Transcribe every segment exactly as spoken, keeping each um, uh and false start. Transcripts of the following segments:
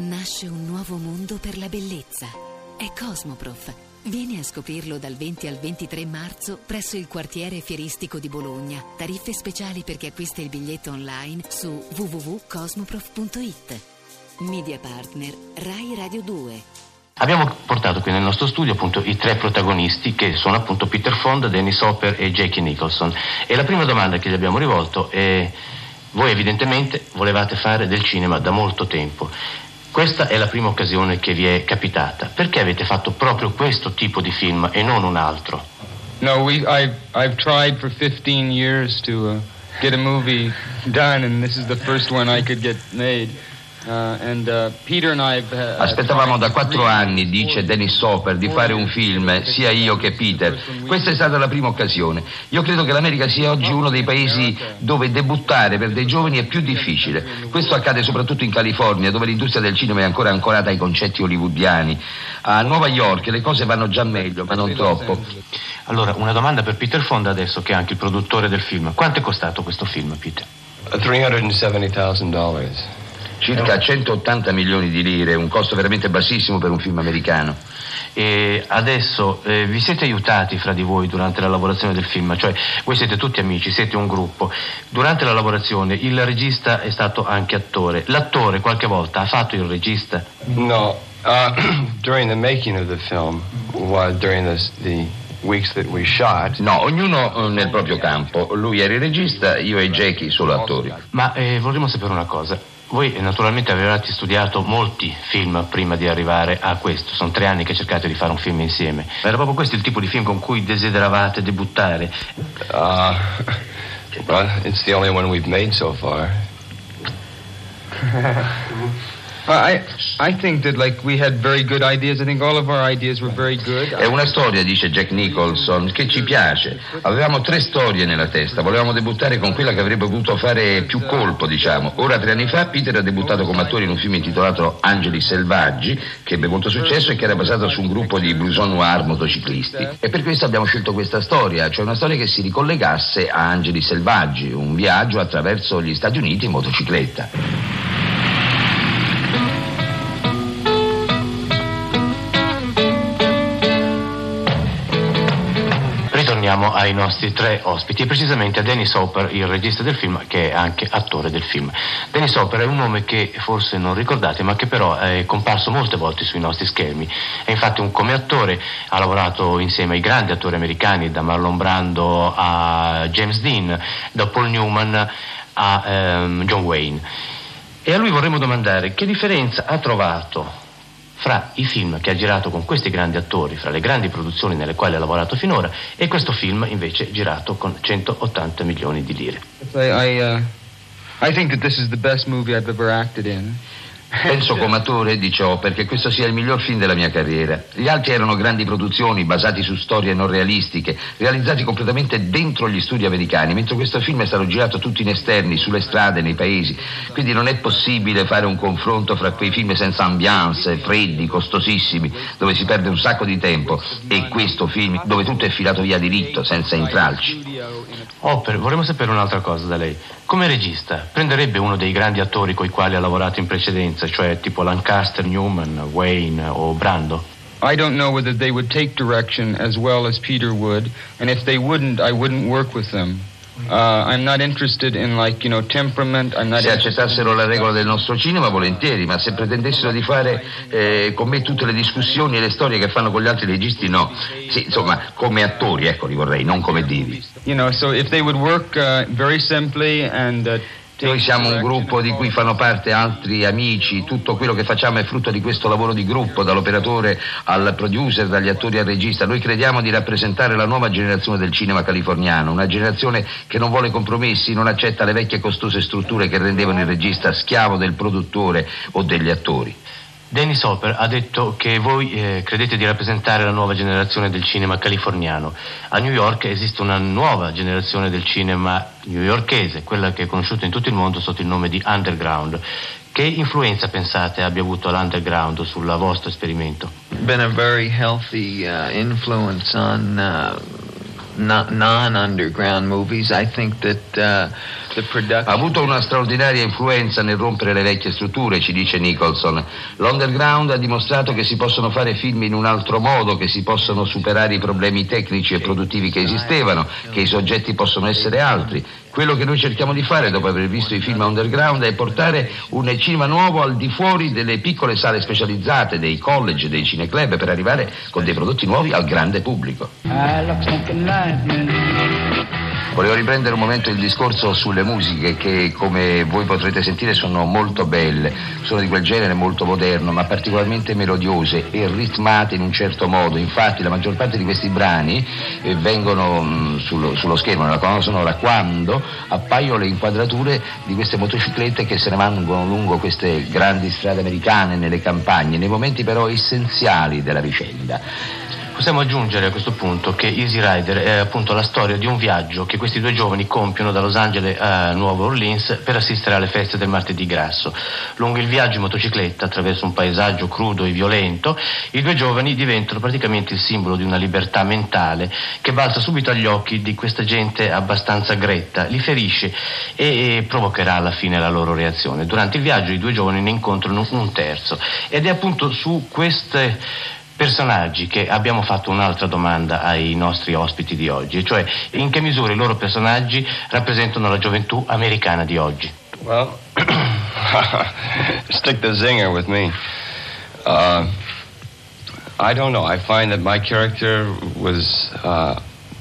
Nasce un nuovo mondo per la bellezza. È Cosmoprof. Vieni a scoprirlo dal venti al ventitré marzo presso il quartiere fieristico di Bologna. Tariffe speciali per chi acquista il biglietto online su w w w punto cosmoprof punto i t. Media partner Rai Radio due. Abbiamo portato qui nel nostro studio appunto i tre protagonisti, che sono appunto Peter Fonda, Dennis Hopper e Jackie Nicholson. E la prima domanda che gli abbiamo rivolto è: voi evidentemente volevate fare del cinema da molto tempo. Questa è la prima occasione che vi è capitata. Perché avete fatto proprio questo tipo di film e non un altro? No, we I've I've tried for fifteen years to uh, get a movie done, and this is the first one I could get made. Uh, and, uh, Peter and I, uh, Aspettavamo da quattro anni, dice Dennis Hopper, di fare un film, sia io che Peter. Questa è stata la prima occasione. Io credo che l'America sia oggi uno dei paesi dove debuttare per dei giovani è più difficile. Questo accade soprattutto in California, dove l'industria del cinema è ancora ancorata ai concetti hollywoodiani. A Nuova York le cose vanno già meglio, ma non troppo. Allora, una domanda per Peter Fonda adesso, che è anche il produttore del film. Quanto è costato questo film, Peter? trecentosettanta mila dollari. Circa centottanta milioni di lire, un costo veramente bassissimo per un film americano. E adesso eh, vi siete aiutati fra di voi durante la lavorazione del film? Cioè, voi siete tutti amici, siete un gruppo. Durante la lavorazione il regista è stato anche attore. L'attore qualche volta ha fatto il regista? No, uh, during the making of the film, while during the, the weeks that we shot. No, ognuno nel proprio campo. Lui era il regista, io e Jackie solo attori. Ma eh, vorremmo sapere una cosa. Voi naturalmente avevate studiato molti film prima di arrivare a questo. Sono tre anni che cercate di fare un film insieme. Era proprio questo il tipo di film con cui desideravate debuttare? Uh, well, it's the only one we've made so far. I I think that like we had very good ideas. I think all of our ideas were very good. È una storia, dice Jack Nicholson, che ci piace. Avevamo tre storie nella testa. Volevamo debuttare con quella che avrebbe potuto fare più colpo, diciamo. Ora, tre anni fa, Peter ha debuttato come attore in un film intitolato Angeli Selvaggi, che ebbe molto successo e che era basato su un gruppo di blouson noir motociclisti. E per questo abbiamo scelto questa storia, cioè una storia che si ricollegasse a Angeli Selvaggi, un viaggio attraverso gli Stati Uniti in motocicletta. Torniamo ai nostri tre ospiti, e precisamente a Dennis Hopper, il regista del film, che è anche attore del film. Dennis Hopper è un nome che forse non ricordate, ma che però è comparso molte volte sui nostri schermi. È infatti un come attore, ha lavorato insieme ai grandi attori americani, da Marlon Brando a James Dean, da Paul Newman a um, John Wayne. E a lui vorremmo domandare che differenza ha trovato fra i film che ha girato con questi grandi attori, fra le grandi produzioni nelle quali ha lavorato finora, e questo film invece girato con centottanta milioni di lire. I I, uh, I think that this is the best movie I've ever acted in. Penso come attore, dice Hopper, che questo sia il miglior film della mia carriera. Gli altri erano grandi produzioni basati su storie non realistiche, realizzati completamente dentro gli studi americani, mentre questo film è stato girato tutto in esterni, sulle strade, nei paesi. Quindi non è possibile fare un confronto fra quei film senza ambiance, freddi, costosissimi, dove si perde un sacco di tempo, e questo film dove tutto è filato via diritto, senza intralci. Hopper, vorremmo sapere un'altra cosa da lei. Come regista, prenderebbe uno dei grandi attori coi quali ha lavorato in precedenza, cioè tipo Lancaster, Newman, Wayne o Brando? I don't know whether they would take direction as well as Peter would, and if they wouldn't, I wouldn't work with them. Uh, I'm not interested in, like, you know, temperament. I'm not Se accettassero la regola del nostro cinema, volentieri, ma se pretendessero di fare eh, con me tutte le discussioni e le storie che fanno con gli altri registi, no. Sì, insomma, come attori, ecco, li vorrei, non come divi. You know, so if they would work uh, very simply and uh, Noi siamo un gruppo di cui fanno parte altri amici, tutto quello che facciamo è frutto di questo lavoro di gruppo, dall'operatore al producer, dagli attori al regista. Noi crediamo di rappresentare la nuova generazione del cinema californiano, una generazione che non vuole compromessi, non accetta le vecchie costose strutture che rendevano il regista schiavo del produttore o degli attori. Dennis Hopper ha detto che voi eh, credete di rappresentare la nuova generazione del cinema californiano. A New York esiste una nuova generazione del cinema newyorkese, quella che è conosciuta in tutto il mondo sotto il nome di underground. Che influenza pensate abbia avuto l'underground sul vostro esperimento? Been a very healthy uh, influence on uh, non-underground movies. I think that uh, the production. Ha avuto una straordinaria influenza nel rompere le vecchie strutture, ci dice Nicholson. L'Underground ha dimostrato che si possono fare film in un altro modo, che si possono superare i problemi tecnici e produttivi che esistevano, che i soggetti possono essere altri. Quello che noi cerchiamo di fare dopo aver visto i film Underground è portare un cinema nuovo al di fuori delle piccole sale specializzate, dei college, dei cineclub, per arrivare con dei prodotti nuovi al grande pubblico. Volevo riprendere un momento il discorso sulle musiche che, come voi potrete sentire, sono molto belle, sono di quel genere molto moderno, ma particolarmente melodiose e ritmate in un certo modo. Infatti la maggior parte di questi brani eh, vengono mh, sullo, sullo schermo, nella colonna sonora, quando appaiono le inquadrature di queste motociclette che se ne vanno lungo queste grandi strade americane, nelle campagne, nei momenti però essenziali della vicenda. Possiamo aggiungere a questo punto che Easy Rider è appunto la storia di un viaggio che questi due giovani compiono da Los Angeles a Nuova Orleans per assistere alle feste del Martedì Grasso. Lungo il viaggio in motocicletta, attraverso un paesaggio crudo e violento, i due giovani diventano praticamente il simbolo di una libertà mentale che balza subito agli occhi di questa gente abbastanza gretta, li ferisce e, e provocherà alla fine la loro reazione. Durante il viaggio i due giovani ne incontrano un terzo ed è appunto su queste personaggi che abbiamo fatto un'altra domanda ai nostri ospiti di oggi, cioè in che misura i loro personaggi rappresentano la gioventù americana di oggi. Well, stick the zinger with me. Uh, I don't know. I find that my character was uh,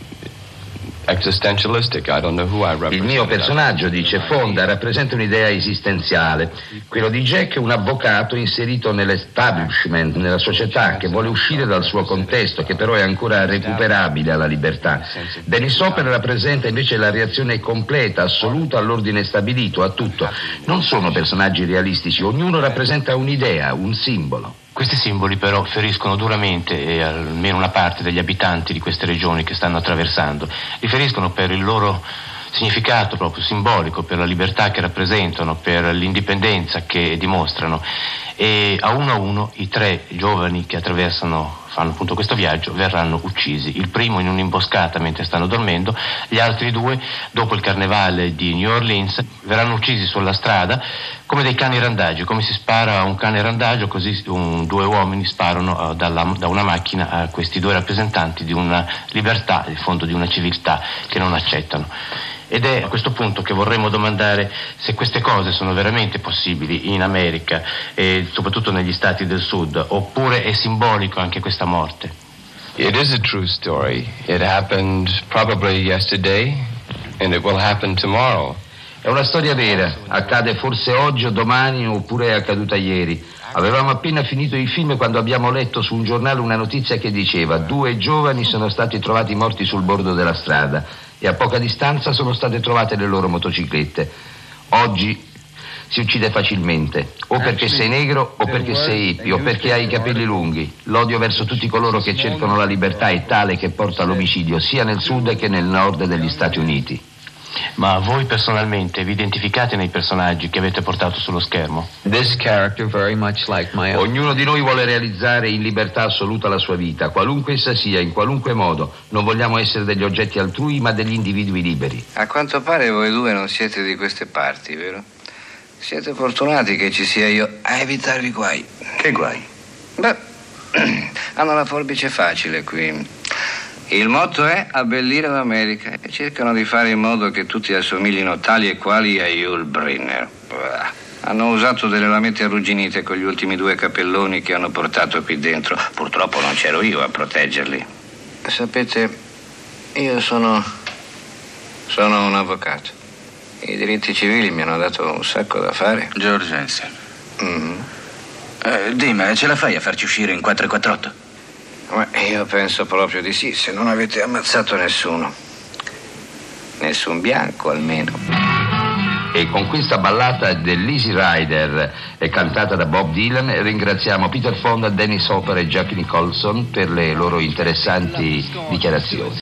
existentialistic. I don't know who I represent. Il mio personaggio, dice Fonda, rappresenta un'idea esistenziale. Quello di Jack è un avvocato inserito nell'establishment, nella società, che vuole uscire dal suo contesto, che però è ancora recuperabile alla libertà. Dennis Hopper rappresenta invece la reazione completa, assoluta all'ordine stabilito, a tutto. Non sono personaggi realistici, ognuno rappresenta un'idea, un simbolo. Questi simboli però feriscono duramente e almeno una parte degli abitanti di queste regioni che stanno attraversando. Li feriscono per il loro significato proprio simbolico, per la libertà che rappresentano, per l'indipendenza che dimostrano. E a uno a uno i tre giovani che attraversano, fanno appunto questo viaggio, verranno uccisi. Il primo in un'imboscata mentre stanno dormendo, gli altri due dopo il carnevale di New Orleans verranno uccisi sulla strada come dei cani randagio. Come si spara a un cane randagio, così un, due uomini sparano uh, dalla, da una macchina a questi due rappresentanti di una libertà, in fondo di una civiltà che non accettano. Ed è a questo punto che vorremmo domandare se queste cose sono veramente possibili in America e soprattutto negli stati del sud, oppure è simbolico anche questa morte. It is a true story. It happened probably yesterday and it will happen tomorrow. È una storia vera, accade forse oggi o domani oppure è accaduta ieri. Avevamo appena finito il film quando abbiamo letto su un giornale una notizia che diceva: due giovani sono stati trovati morti sul bordo della strada e a poca distanza sono state trovate le loro motociclette. Oggi si uccide facilmente, o perché sei negro, o perché sei hippie, o perché hai i capelli lunghi. L'odio verso tutti coloro che cercano la libertà è tale che porta all'omicidio sia nel sud che nel nord degli Stati Uniti. Ma voi personalmente vi identificate nei personaggi che avete portato sullo schermo? This character very much like my own. Ognuno di noi vuole realizzare in libertà assoluta la sua vita, qualunque essa sia, in qualunque modo. Non vogliamo essere degli oggetti altrui, ma degli individui liberi. A quanto pare voi due non siete di queste parti, vero? Siete fortunati che ci sia io a evitarvi guai. Che guai? Beh, hanno la forbice facile qui. Il motto è abbellire l'America e cercano di fare in modo che tutti assomiglino tali e quali a Yul Brynner. Hanno usato delle lamette arrugginite con gli ultimi due capelloni che hanno portato qui dentro. Purtroppo non c'ero io a proteggerli. Sapete, io sono... sono un avvocato. I diritti civili mi hanno dato un sacco da fare. George Hansen. Mm-hmm. Eh, dimmi, ce la fai a farci uscire in quattro e quattr'otto? Ma io penso proprio di sì, se non avete ammazzato nessuno. Nessun bianco, almeno. E con questa ballata dell'Easy Rider e cantata da Bob Dylan ringraziamo Peter Fonda, Dennis Hopper e Jack Nicholson per le loro interessanti dichiarazioni.